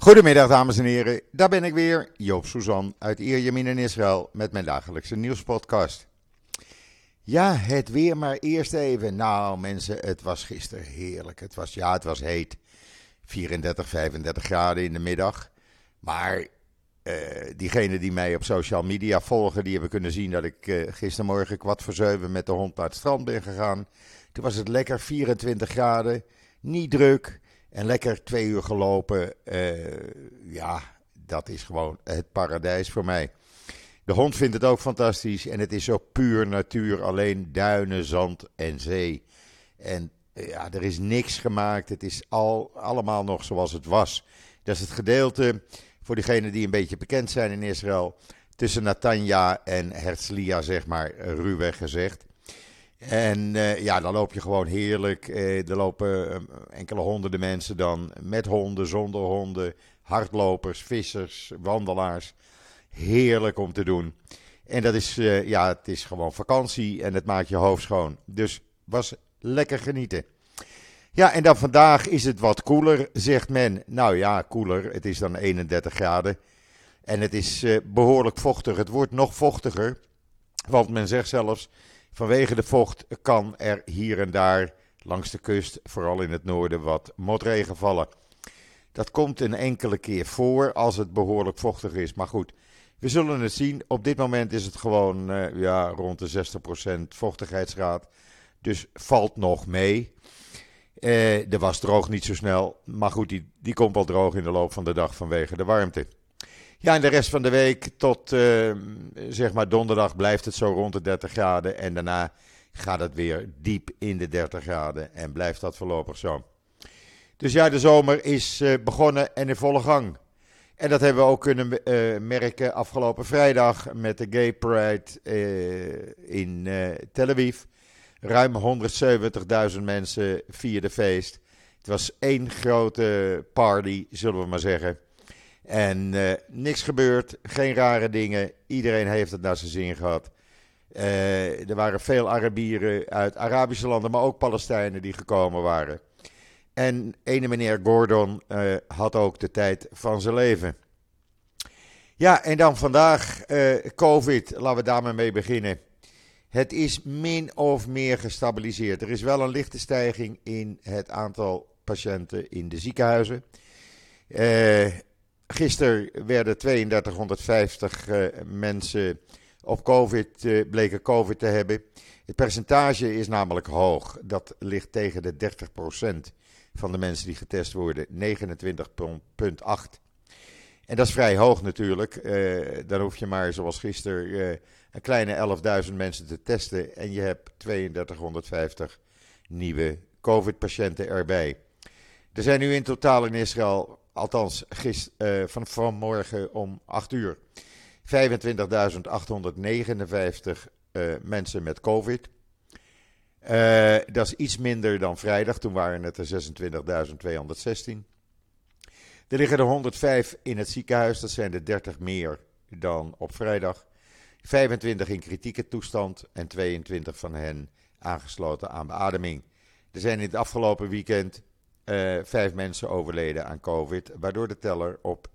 Goedemiddag dames en heren, daar ben ik weer, Joop Suzan uit Ierjemien in Israël met mijn dagelijkse nieuwspodcast. Ja, het weer maar eerst even. Nou mensen, het was gisteren heerlijk. Het was heet, 34, 35 graden in de middag. Maar diegenen die mij op social media volgen, die hebben kunnen zien dat ik gistermorgen 6:15 met de hond naar het strand ben gegaan. Toen was het lekker 24 graden, niet druk. En lekker 2 uur gelopen, ja, dat is gewoon het paradijs voor mij. De hond vindt het ook fantastisch en het is zo puur natuur, alleen duinen, zand en zee. En ja, er is niks gemaakt, het is allemaal nog zoals het was. Dat is het gedeelte, voor diegenen die een beetje bekend zijn in Israël, tussen Netanja en Herzliya, zeg maar, ruwweg gezegd. En ja, dan loop je gewoon heerlijk. Er lopen enkele honderden mensen dan met honden, zonder honden, hardlopers, vissers, wandelaars. Heerlijk om te doen. En dat is, ja, het is gewoon vakantie en het maakt je hoofd schoon. Dus was lekker genieten. Ja, en dan vandaag is het wat koeler, zegt men. Nou ja, koeler, het is dan 31 graden. En het is behoorlijk vochtig. Het wordt nog vochtiger, want men zegt zelfs, vanwege de vocht kan er hier en daar langs de kust, vooral in het noorden, wat motregen vallen. Dat komt een enkele keer voor als het behoorlijk vochtig is. Maar goed, we zullen het zien. Op dit moment is het gewoon ja, rond de 60% vochtigheidsgraad. Dus valt nog mee. De was droog niet zo snel. Maar goed, die komt wel droog in de loop van de dag vanwege de warmte. Ja, en de rest van de week tot zeg maar donderdag blijft het zo rond de 30 graden. En daarna gaat het weer diep in de 30 graden en blijft dat voorlopig zo. Dus ja, de zomer is begonnen en in volle gang. En dat hebben we ook kunnen merken afgelopen vrijdag met de Gay Pride in Tel Aviv. Ruim 170.000 mensen vierden feest. Het was één grote party, zullen we maar zeggen. En niks gebeurd, geen rare dingen. Iedereen heeft het naar zijn zin gehad. Er waren veel Arabieren uit Arabische landen, maar ook Palestijnen die gekomen waren. En ene meneer Gordon had ook de tijd van zijn leven. Ja, en dan vandaag COVID, laten we daar maar mee beginnen. Het is min of meer gestabiliseerd. Er is wel een lichte stijging in het aantal patiënten in de ziekenhuizen. Gisteren werden 3250 mensen op COVID, bleken COVID te hebben. Het percentage is namelijk hoog. Dat ligt tegen de 30% van de mensen die getest worden, 29,8. En dat is vrij hoog natuurlijk. Dan hoef je maar, zoals gisteren, een kleine 11.000 mensen te testen. En je hebt 3250 nieuwe COVID-patiënten erbij. Er zijn nu in totaal in Israël, althans vanmorgen om 8 uur, 25.859 mensen met COVID. Dat is iets minder dan vrijdag, toen waren het er 26.216. Er liggen er 105 in het ziekenhuis, dat zijn er 30 meer dan op vrijdag. 25 in kritieke toestand en 22 van hen aangesloten aan beademing. Er zijn in het afgelopen weekend 5 mensen overleden aan COVID, waardoor de teller op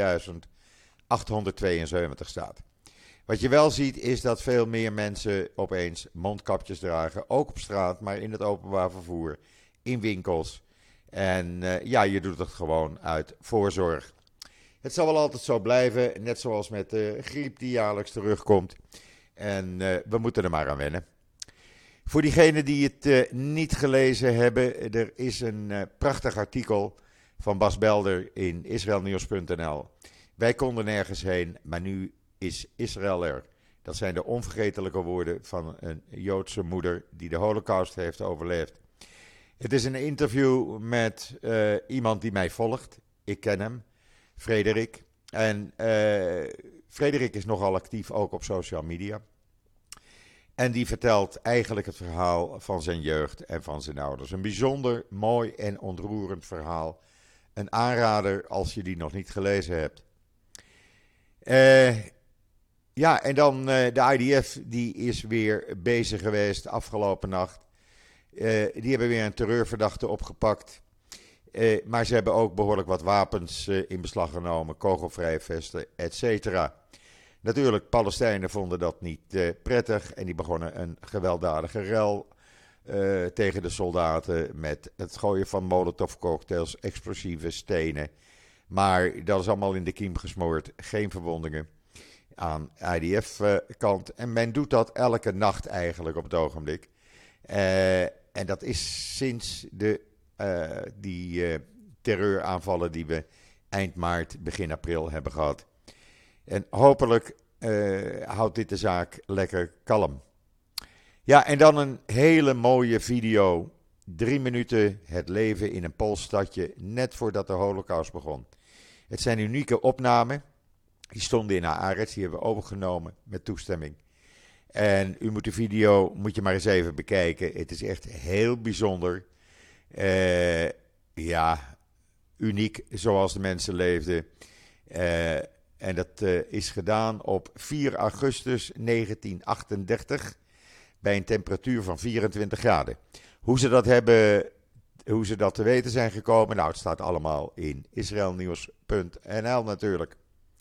10.872 staat. Wat je wel ziet is dat veel meer mensen opeens mondkapjes dragen, ook op straat, maar in het openbaar vervoer, in winkels. En ja, je doet het gewoon uit voorzorg. Het zal wel altijd zo blijven, net zoals met de griep die jaarlijks terugkomt. En we moeten er maar aan wennen. Voor diegenen die het niet gelezen hebben, er is een prachtig artikel van Bas Belder in israelnieuws.nl. Wij konden nergens heen, maar nu is Israël er. Dat zijn de onvergetelijke woorden van een Joodse moeder die de Holocaust heeft overleefd. Het is een interview met iemand die mij volgt. Ik ken hem, Frederik. En Frederik is nogal actief ook op social media. En die vertelt eigenlijk het verhaal van zijn jeugd en van zijn ouders. Een bijzonder mooi en ontroerend verhaal. Een aanrader als je die nog niet gelezen hebt. Ja, en dan de IDF, die is weer bezig geweest afgelopen nacht. Die hebben weer een terreurverdachte opgepakt. Maar ze hebben ook behoorlijk wat wapens in beslag genomen, kogelvrije vesten, etc. Natuurlijk, Palestijnen vonden dat niet prettig en die begonnen een gewelddadige rel tegen de soldaten met het gooien van molotovcocktails, explosieve stenen. Maar dat is allemaal in de kiem gesmoord, geen verwondingen aan IDF-kant. En men doet dat elke nacht eigenlijk op het ogenblik. En dat is sinds die terreuraanvallen die we eind maart, begin april hebben gehad. En hopelijk houdt dit de zaak lekker kalm. Ja, en dan een hele mooie video. 3 minuten het leven in een Pools stadje, net voordat de Holocaust begon. Het zijn unieke opnamen. Die stonden in Haaretz, die hebben we overgenomen met toestemming. En u moet de video, moet je maar eens even bekijken. Het is echt heel bijzonder. Ja, uniek zoals de mensen leefden. En dat is gedaan op 4 augustus 1938 bij een temperatuur van 24 graden. Hoe ze dat te weten zijn gekomen, nou, het staat allemaal in israelnieuws.nl natuurlijk.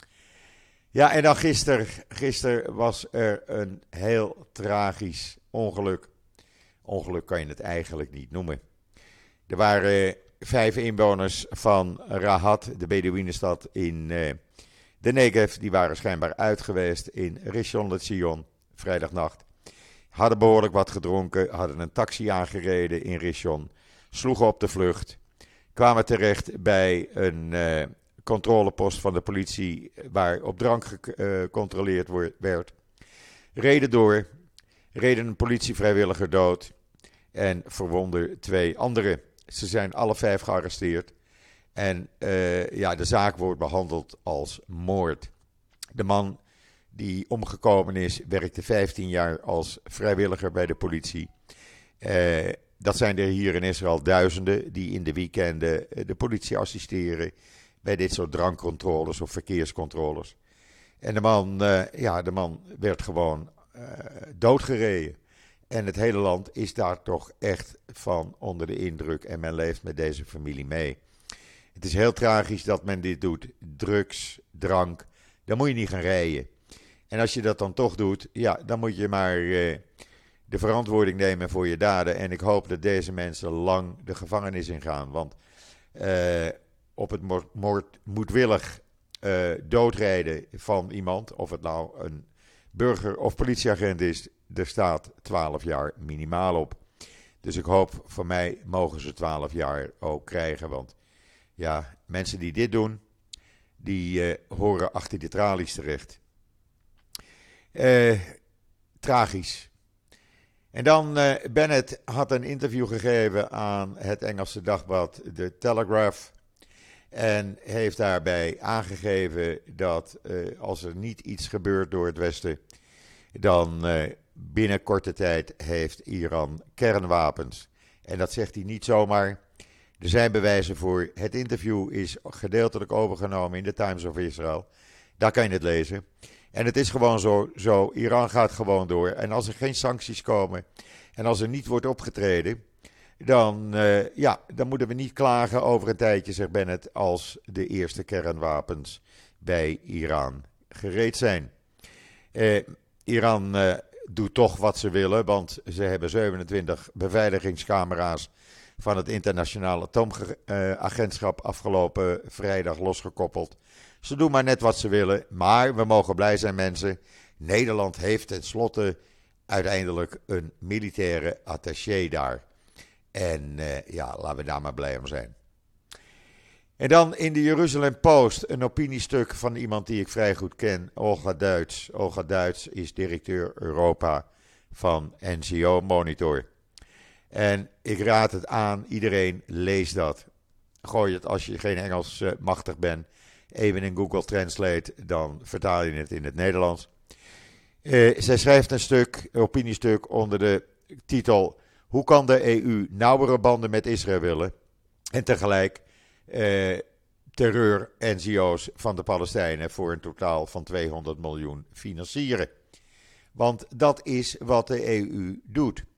Ja, en dan gisteren was er een heel tragisch ongeluk. Ongeluk kan je het eigenlijk niet noemen. Er waren 5 inwoners van Rahat, de Bedouinenstad in de Negev. Die waren schijnbaar uit geweest in Rishon LeZion, vrijdagnacht. Hadden behoorlijk wat gedronken, hadden een taxi aangereden in Rishon. Sloegen op de vlucht. Kwamen terecht bij een controlepost van de politie waar op drank gecontroleerd werd. Reden een politievrijwilliger dood en verwonden 2 anderen. Ze zijn alle 5 gearresteerd en de zaak wordt behandeld als moord. De man die omgekomen is, werkte 15 jaar als vrijwilliger bij de politie. Dat zijn er hier in Israël duizenden die in de weekenden de politie assisteren bij dit soort drankcontroles of verkeerscontroles. En de man werd gewoon doodgereden. En het hele land is daar toch echt van onder de indruk en men leeft met deze familie mee. Het is heel tragisch dat men dit doet. Drugs, drank, dan moet je niet gaan rijden. En als je dat dan toch doet, ja, dan moet je maar de verantwoording nemen voor je daden. En ik hoop dat deze mensen lang de gevangenis ingaan. Want op het moedwillig doodrijden van iemand, of het nou een burger of politieagent is, er staat 12 jaar minimaal op. Dus ik hoop, voor mij mogen ze 12 jaar ook krijgen. Want ja, mensen die dit doen, die horen achter de tralies terecht. Tragisch. En dan, Bennett had een interview gegeven aan het Engelse dagblad The Telegraph. En heeft daarbij aangegeven dat als er niet iets gebeurt door het Westen, dan binnen korte tijd heeft Iran kernwapens. En dat zegt hij niet zomaar. Er zijn bewijzen voor. Het interview is gedeeltelijk overgenomen in de Times of Israel. Daar kan je het lezen. En het is gewoon zo. Iran gaat gewoon door. En als er geen sancties komen en als er niet wordt opgetreden, dan moeten we niet klagen over een tijdje, zegt Bennett, als de eerste kernwapens bij Iran gereed zijn. Iran doet toch wat ze willen, want ze hebben 27 beveiligingscamera's van het internationale atoomagentschap afgelopen vrijdag losgekoppeld. Ze doen maar net wat ze willen, maar we mogen blij zijn, mensen. Nederland heeft tenslotte uiteindelijk een militaire attaché daar. En laten we daar maar blij om zijn. En dan in de Jeruzalem Post een opiniestuk van iemand die ik vrij goed ken, Olga Duits. Olga Duits is directeur Europa van NGO Monitor. En ik raad het aan, iedereen lees dat. Gooi het als je geen Engels machtig bent, even in Google Translate, dan vertaal je het in het Nederlands. Zij schrijft een opiniestuk onder de titel: hoe kan de EU nauwere banden met Israël willen en tegelijk terreur-NGO's van de Palestijnen voor een totaal van 200 miljoen financieren? Want dat is wat de EU doet.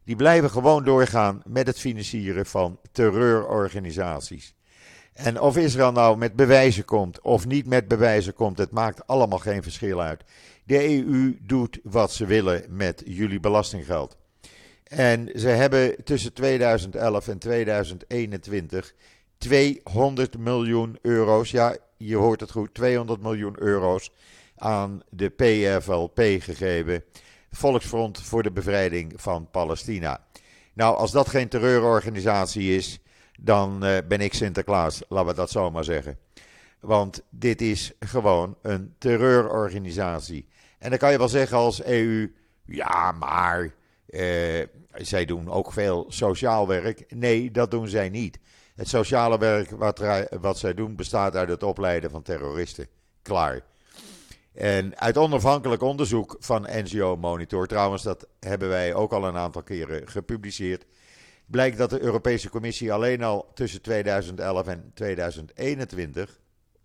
Die blijven gewoon doorgaan met het financieren van terreurorganisaties. En of Israël nou met bewijzen komt of niet met bewijzen komt, het maakt allemaal geen verschil uit. De EU doet wat ze willen met jullie belastinggeld. En ze hebben tussen 2011 en 2021 200 miljoen euro's, ja, je hoort het goed, 200 miljoen euro's aan de PFLP gegeven. Volksfront voor de Bevrijding van Palestina. Nou, als dat geen terreurorganisatie is, dan ben ik Sinterklaas, laten we dat zo maar zeggen. Want dit is gewoon een terreurorganisatie. En dan kan je wel zeggen als EU, ja, maar zij doen ook veel sociaal werk. Nee, dat doen zij niet. Het sociale werk wat zij doen bestaat uit het opleiden van terroristen. Klaar. En uit onafhankelijk onderzoek van NGO Monitor, trouwens dat hebben wij ook al een aantal keren gepubliceerd, blijkt dat de Europese Commissie alleen al tussen 2011 en 2021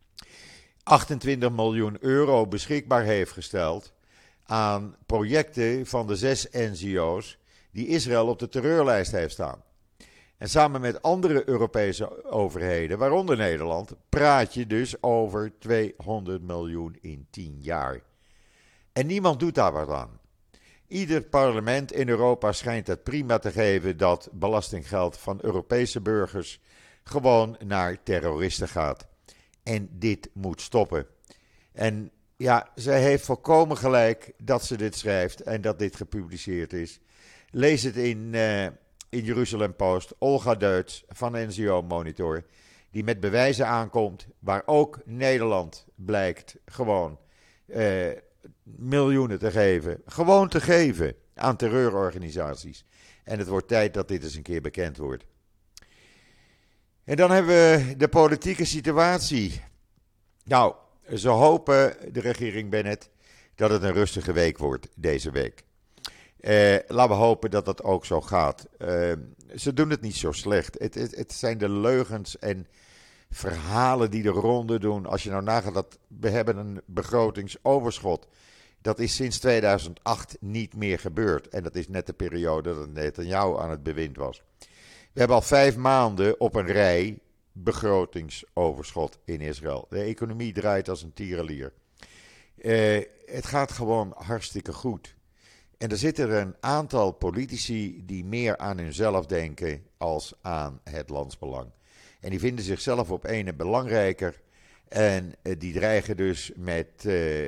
28 miljoen euro beschikbaar heeft gesteld aan projecten van de 6 NGO's die Israël op de terreurlijst heeft staan. En samen met andere Europese overheden, waaronder Nederland, praat je dus over 200 miljoen in 10 jaar. En niemand doet daar wat aan. Ieder parlement in Europa schijnt het prima te geven dat belastinggeld van Europese burgers gewoon naar terroristen gaat. En dit moet stoppen. En ja, zij heeft volkomen gelijk dat ze dit schrijft en dat dit gepubliceerd is. Lees het in Jeruzalem Post, Olga Deutz van NGO Monitor, die met bewijzen aankomt, waar ook Nederland blijkt gewoon miljoenen te geven. Gewoon te geven aan terreurorganisaties. En het wordt tijd dat dit eens een keer bekend wordt. En dan hebben we de politieke situatie. Nou, ze hopen, de regering Bennett, dat het een rustige week wordt deze week. Laten we hopen dat dat ook zo gaat. Ze doen het niet zo slecht. Het zijn de leugens en verhalen die de ronde doen. Als je nou nagaat dat we hebben een begrotingsoverschot. Dat is sinds 2008 niet meer gebeurd. En dat is net de periode dat Netanyahu aan het bewind was. We hebben al 5 maanden op een rij begrotingsoverschot in Israël. De economie draait als een tierenlier. Het gaat gewoon hartstikke goed. En er zitten er een aantal politici die meer aan hunzelf denken als aan het landsbelang. En die vinden zichzelf op ene belangrijker. En die dreigen dus met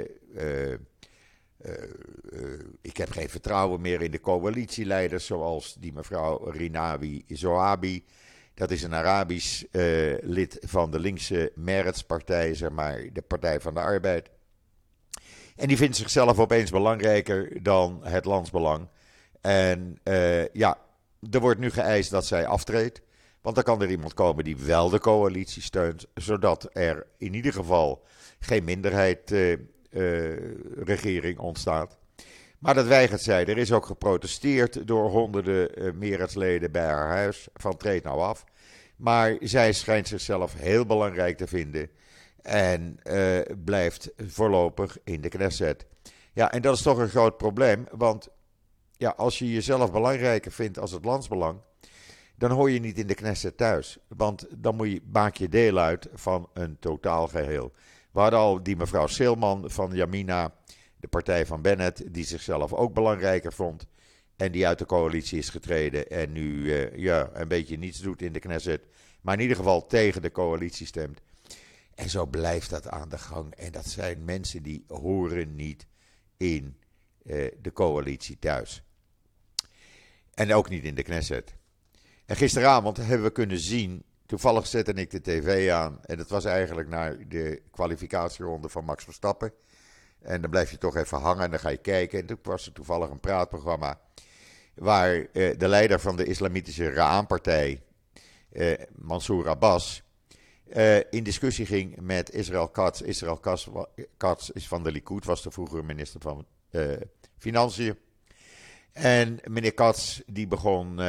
ik heb geen vertrouwen meer in de coalitieleiders zoals die mevrouw Rinawi Zoabi. Dat is een Arabisch lid van de linkse Meretz-partij, zeg maar, de Partij van de Arbeid. En die vindt zichzelf opeens belangrijker dan het landsbelang. En ja, er wordt nu geëist dat zij aftreedt. Want dan kan er iemand komen die wel de coalitie steunt, zodat er in ieder geval geen minderheidsregering ontstaat. Maar dat weigert zij. Er is ook geprotesteerd door honderden Meretz-leden bij haar huis van treed nou af. Maar zij schijnt zichzelf heel belangrijk te vinden en blijft voorlopig in de Knesset. Ja, en dat is toch een groot probleem, want ja, als je jezelf belangrijker vindt als het landsbelang, dan hoor je niet in de Knesset thuis. Want dan maak je deel uit van een totaal geheel. We hadden al die mevrouw Silman van Yamina, de partij van Bennett, die zichzelf ook belangrijker vond. En die uit de coalitie is getreden en nu een beetje niets doet in de Knesset. Maar in ieder geval tegen de coalitie stemt. En zo blijft dat aan de gang. En dat zijn mensen die horen niet in de coalitie thuis. En ook niet in de Knesset. En gisteravond hebben we kunnen zien, toevallig zette ik de tv aan. En dat was eigenlijk naar de kwalificatieronde van Max Verstappen. En dan blijf je toch even hangen en dan ga je kijken. En toen was er toevallig een praatprogramma waar de leider van de islamitische Ra'an-partij, Mansour Abbas, in discussie ging met Israel Katz. Israel Katz is van de Likud, was de vroegere minister van Financiën. En meneer Katz die begon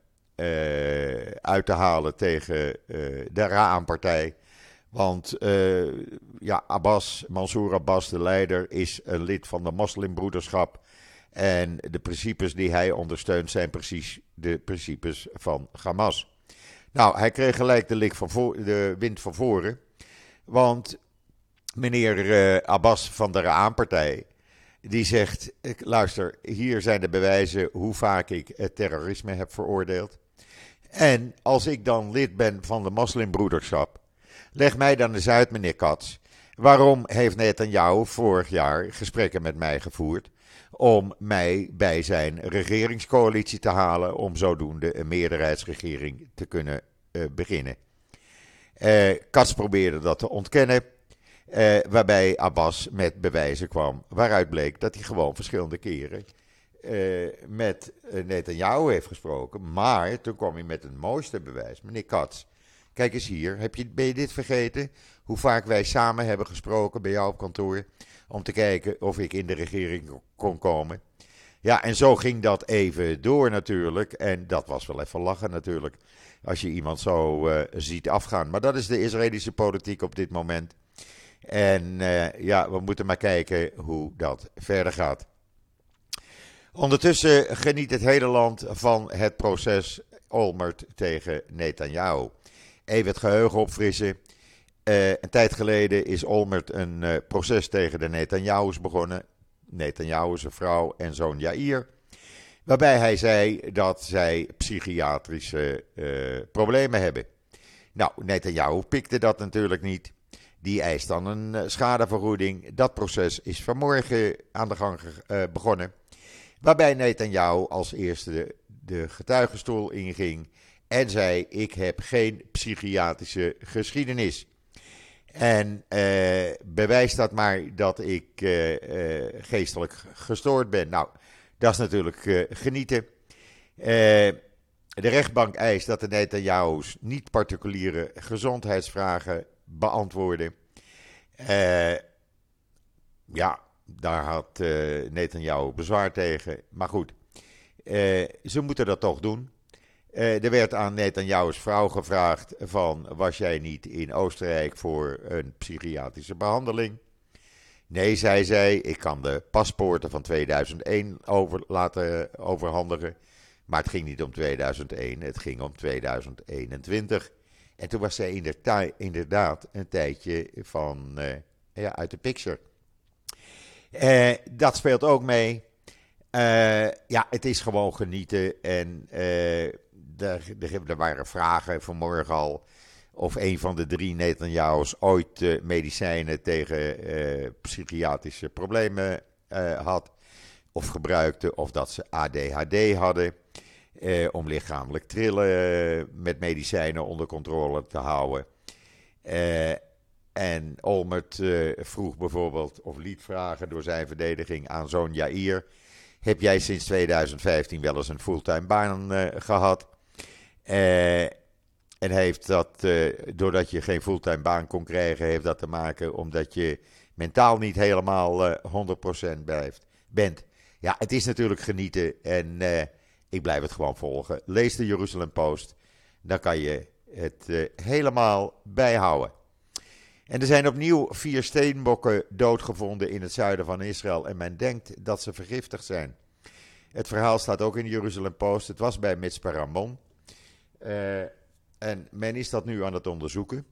uit te halen tegen de Ra'an-partij. Want Mansour Abbas, de leider, is een lid van de moslimbroederschap. En de principes die hij ondersteunt zijn precies de principes van Hamas. Nou, hij kreeg gelijk de wind van voren. Want meneer Abbas van de Raam-partij, die zegt, luister, hier zijn de bewijzen hoe vaak ik het terrorisme heb veroordeeld. En als ik dan lid ben van de moslimbroederschap, leg mij dan eens uit, meneer Katz, waarom heeft Netanyahu vorig jaar gesprekken met mij gevoerd om mij bij zijn regeringscoalitie te halen, om zodoende een meerderheidsregering te kunnen beginnen. Katz probeerde dat te ontkennen, waarbij Abbas met bewijzen kwam waaruit bleek dat hij gewoon verschillende keren met Netanyahu heeft gesproken. Maar toen kwam hij met het mooiste bewijs. Meneer Katz, kijk eens hier, ben je dit vergeten? Hoe vaak wij samen hebben gesproken bij jou op kantoor om te kijken of ik in de regering kon komen. Ja, en zo ging dat even door natuurlijk. En dat was wel even lachen natuurlijk, als je iemand zo ziet afgaan. Maar dat is de Israëlische politiek op dit moment. En ja, we moeten maar kijken hoe dat verder gaat. Ondertussen geniet het hele land van het proces Olmert tegen Netanyahu. Even het geheugen opfrissen. Een tijd geleden is Olmert een proces tegen de Netanyahu's begonnen. Netanyahu, zijn vrouw en zoon Yair. Waarbij hij zei dat zij psychiatrische problemen hebben. Nou, Netanyahu pikte dat natuurlijk niet. Die eist dan een schadevergoeding. Dat proces is vanmorgen aan de gang begonnen. Waarbij Netanyahu als eerste de getuigenstoel inging en zei: ik heb geen psychiatrische geschiedenis. En bewijs dat maar dat ik geestelijk gestoord ben. Nou, dat is natuurlijk genieten. De rechtbank eist dat de Netanyahu's niet particuliere gezondheidsvragen beantwoorden. Ja, daar had Netanyahu bezwaar tegen. Maar goed, ze moeten dat toch doen. Er werd aan Netanyahu's vrouw gevraagd was jij niet in Oostenrijk voor een psychiatrische behandeling? Nee, zei zij, ik kan de paspoorten van 2001 laten overhandigen. Maar het ging niet om 2001, het ging om 2021. En toen was zij inderdaad een tijdje uit de picture. Dat speelt ook mee. Ja, het is gewoon genieten. En er waren vragen vanmorgen al of een van de 3 Netanyahu's ooit medicijnen tegen psychiatrische problemen had. Of gebruikte, of dat ze ADHD hadden. Om lichamelijk trillen met medicijnen onder controle te houden. En Olmert vroeg bijvoorbeeld, of liet vragen door zijn verdediging aan zoon Yair: heb jij sinds 2015 wel eens een fulltime baan gehad? En heeft dat, doordat je geen fulltime baan kon krijgen, heeft dat te maken omdat je mentaal niet helemaal 100% bent. Ja, het is natuurlijk genieten en ik blijf het gewoon volgen. Lees de Jeruzalem Post, dan kan je het helemaal bijhouden. En er zijn opnieuw 4 steenbokken doodgevonden in het zuiden van Israël en men denkt dat ze vergiftigd zijn. Het verhaal staat ook in de Jeruzalem Post. Het was bij Mitzpe Ramon. En men is dat nu aan het onderzoeken.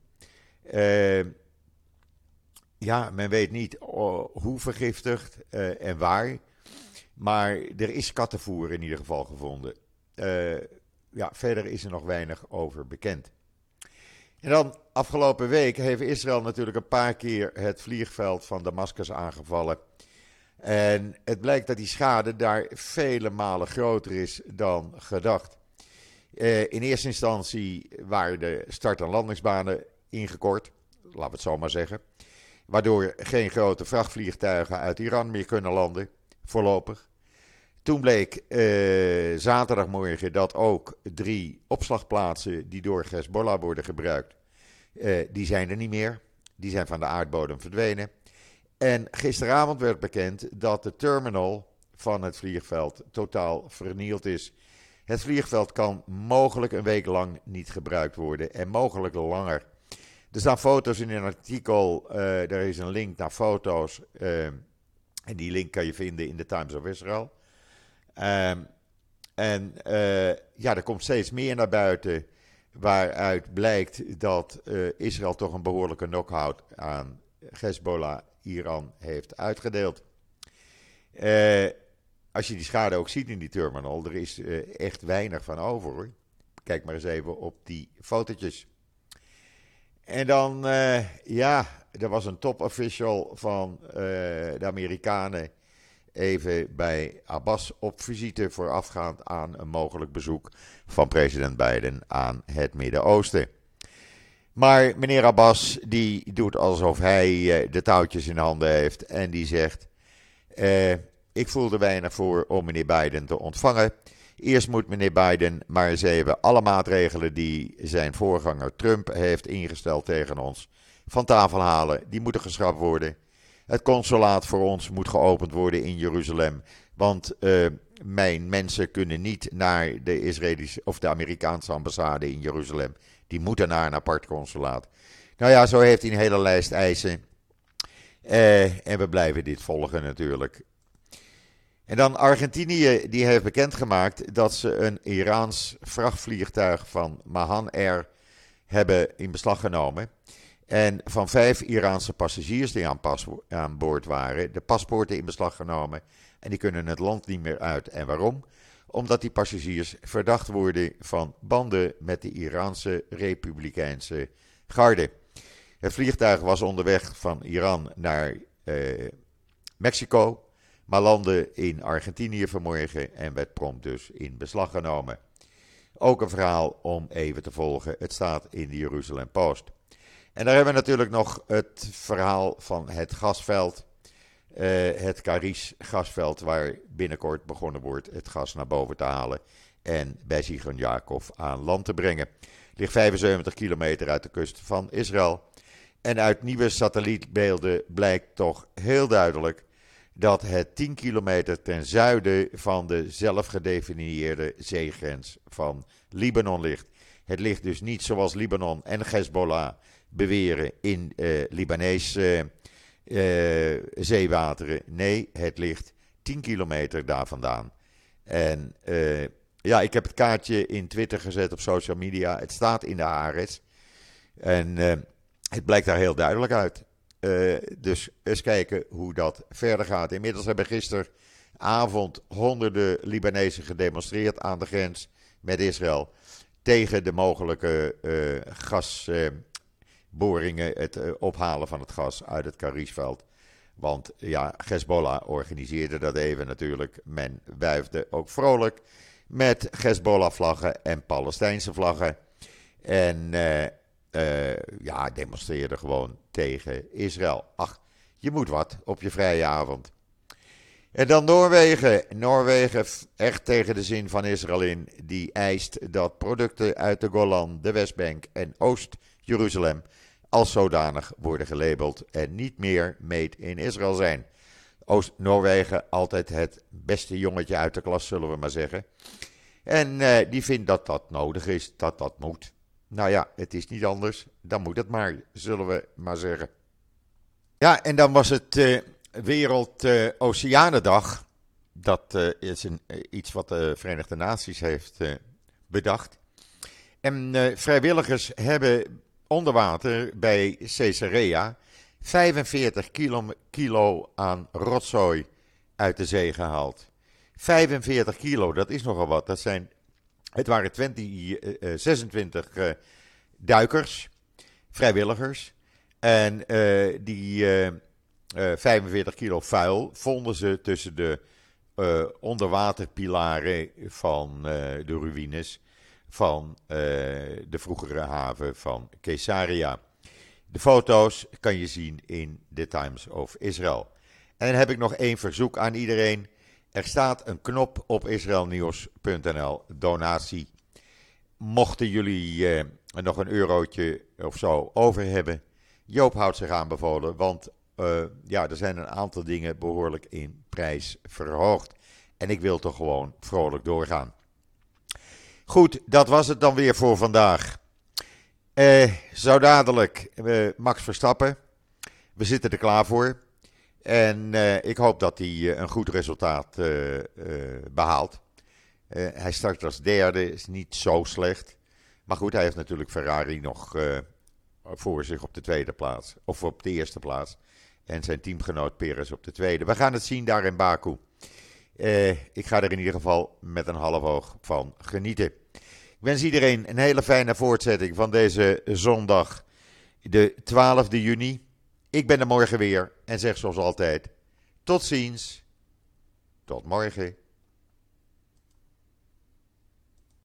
Ja, men weet niet hoe vergiftigd en waar. Maar er is kattenvoer in ieder geval gevonden. Ja, verder is er nog weinig over bekend. En dan, afgelopen week heeft Israël natuurlijk een paar keer het vliegveld van Damascus aangevallen. En het blijkt dat die schade daar vele malen groter is dan gedacht. In eerste instantie waren de start- en landingsbanen ingekort, laten we het zo maar zeggen. Waardoor geen grote vrachtvliegtuigen uit Iran meer kunnen landen, voorlopig. Toen bleek zaterdagmorgen dat ook 3 opslagplaatsen die door Hezbollah worden gebruikt, die zijn er niet meer. Die zijn van de aardbodem verdwenen. En gisteravond werd bekend dat de terminal van het vliegveld totaal vernield is. Het vliegveld kan mogelijk een week lang niet gebruikt worden en mogelijk langer. Er staan foto's in een artikel, er is een link naar foto's en die link kan je vinden in de Times of Israel. Um, ja, er komt steeds meer naar buiten waaruit blijkt dat Israël toch een behoorlijke knock-out aan Hezbollah, Iran, heeft uitgedeeld. Als je die schade ook ziet in die terminal, er is echt weinig van over, hoor. Kijk maar eens even op die fotootjes. En dan, ja, er was een top-official van de Amerikanen even bij Abbas op visite voorafgaand aan een mogelijk bezoek van president Biden aan het Midden-Oosten. Maar meneer Abbas, die doet alsof hij de touwtjes in handen heeft en die zegt, ik voel er weinig voor om meneer Biden te ontvangen. Eerst moet meneer Biden maar eens even alle maatregelen die zijn voorganger Trump heeft ingesteld tegen ons van tafel halen. Die moeten geschrapt worden. Het consulaat voor ons moet geopend worden in Jeruzalem. Want mijn mensen kunnen niet naar de Israëlische of de Amerikaanse ambassade in Jeruzalem. Die moeten naar een apart consulaat. Nou ja, zo heeft hij een hele lijst eisen. En we blijven dit volgen natuurlijk. En dan Argentinië, die heeft bekendgemaakt dat ze een Iraans vrachtvliegtuig van Mahan Air hebben in beslag genomen. En van 5 Iraanse passagiers die aan boord waren, de paspoorten in beslag genomen. En die kunnen het land niet meer uit. En waarom? Omdat die passagiers verdacht worden van banden met de Iraanse Republikeinse garde. Het vliegtuig was onderweg van Iran naar Mexico, maar landde in Argentinië vanmorgen en werd prompt dus in beslag genomen. Ook een verhaal om even te volgen. Het staat in de Jeruzalem Post. En daar hebben we natuurlijk nog het verhaal van het gasveld. Het Karish gasveld waar binnenkort begonnen wordt het gas naar boven te halen. En bij Zichron Yaakov aan land te brengen. Ligt 75 kilometer uit de kust van Israël. En uit nieuwe satellietbeelden blijkt toch heel duidelijk dat het 10 kilometer ten zuiden van de zelfgedefinieerde zeegrens van Libanon ligt. Het ligt dus niet zoals Libanon en Hezbollah beweren in Libanese zeewateren. Nee, het ligt 10 kilometer daar vandaan. En ja, ik heb het kaartje in Twitter gezet op social media. Het staat in de Haaretz. En het blijkt daar heel duidelijk uit. Dus eens kijken hoe dat verder gaat. Inmiddels hebben gisteravond honderden Libanezen gedemonstreerd aan de grens met Israël tegen de mogelijke gasboringen, het ophalen van het gas uit het Karishveld. Want ja, Hezbollah organiseerde dat even natuurlijk. Men wuifde ook vrolijk met Hezbollah-vlaggen en Palestijnse vlaggen. En ja, demonstreerde gewoon tegen Israël. Ach, je moet wat op je vrije avond. En dan Noorwegen. Noorwegen echt tegen de zin van Israël in. Die eist dat producten uit de Golan, de Westbank en Oost-Jeruzalem als zodanig worden gelabeld en niet meer made in Israël zijn. Noorwegen altijd het beste jongetje uit de klas, zullen we maar zeggen. En die vindt dat dat nodig is, dat dat moet. Nou ja, het is niet anders, dan moet het maar, zullen we maar zeggen. Ja, en dan was het Wereld Oceanendag. Dat is iets wat de Verenigde Naties heeft bedacht. En vrijwilligers hebben onder water bij Caesarea 45 kilo aan rotzooi uit de zee gehaald. 45 kilo, dat is nogal wat. Het waren 26 duikers, vrijwilligers. En die 45 kilo vuil vonden ze tussen de onderwaterpilaren van de ruïnes van de vroegere haven van Caesarea. De foto's kan je zien in The Times of Israel. En dan heb ik nog één verzoek aan iedereen. Er staat een knop op israelnieuws.nl, donatie. Mochten jullie nog een eurotje of zo over hebben, Joop houdt zich aanbevolen, want ja, er zijn een aantal dingen behoorlijk in prijs verhoogd. En ik wil toch gewoon vrolijk doorgaan. Goed, dat was het dan weer voor vandaag. Zo dadelijk Max Verstappen. We zitten er klaar voor. En ik hoop dat hij een goed resultaat behaalt. Hij start als derde, is niet zo slecht. Maar goed, hij heeft natuurlijk Ferrari nog voor zich op de tweede plaats. Of op de eerste plaats. En zijn teamgenoot Perez op de tweede. We gaan het zien daar in Baku. Ik ga er in ieder geval met een half oog van genieten. Ik wens iedereen een hele fijne voortzetting van deze zondag, de 12e juni. Ik ben er morgen weer en zeg zoals altijd, tot ziens, tot morgen.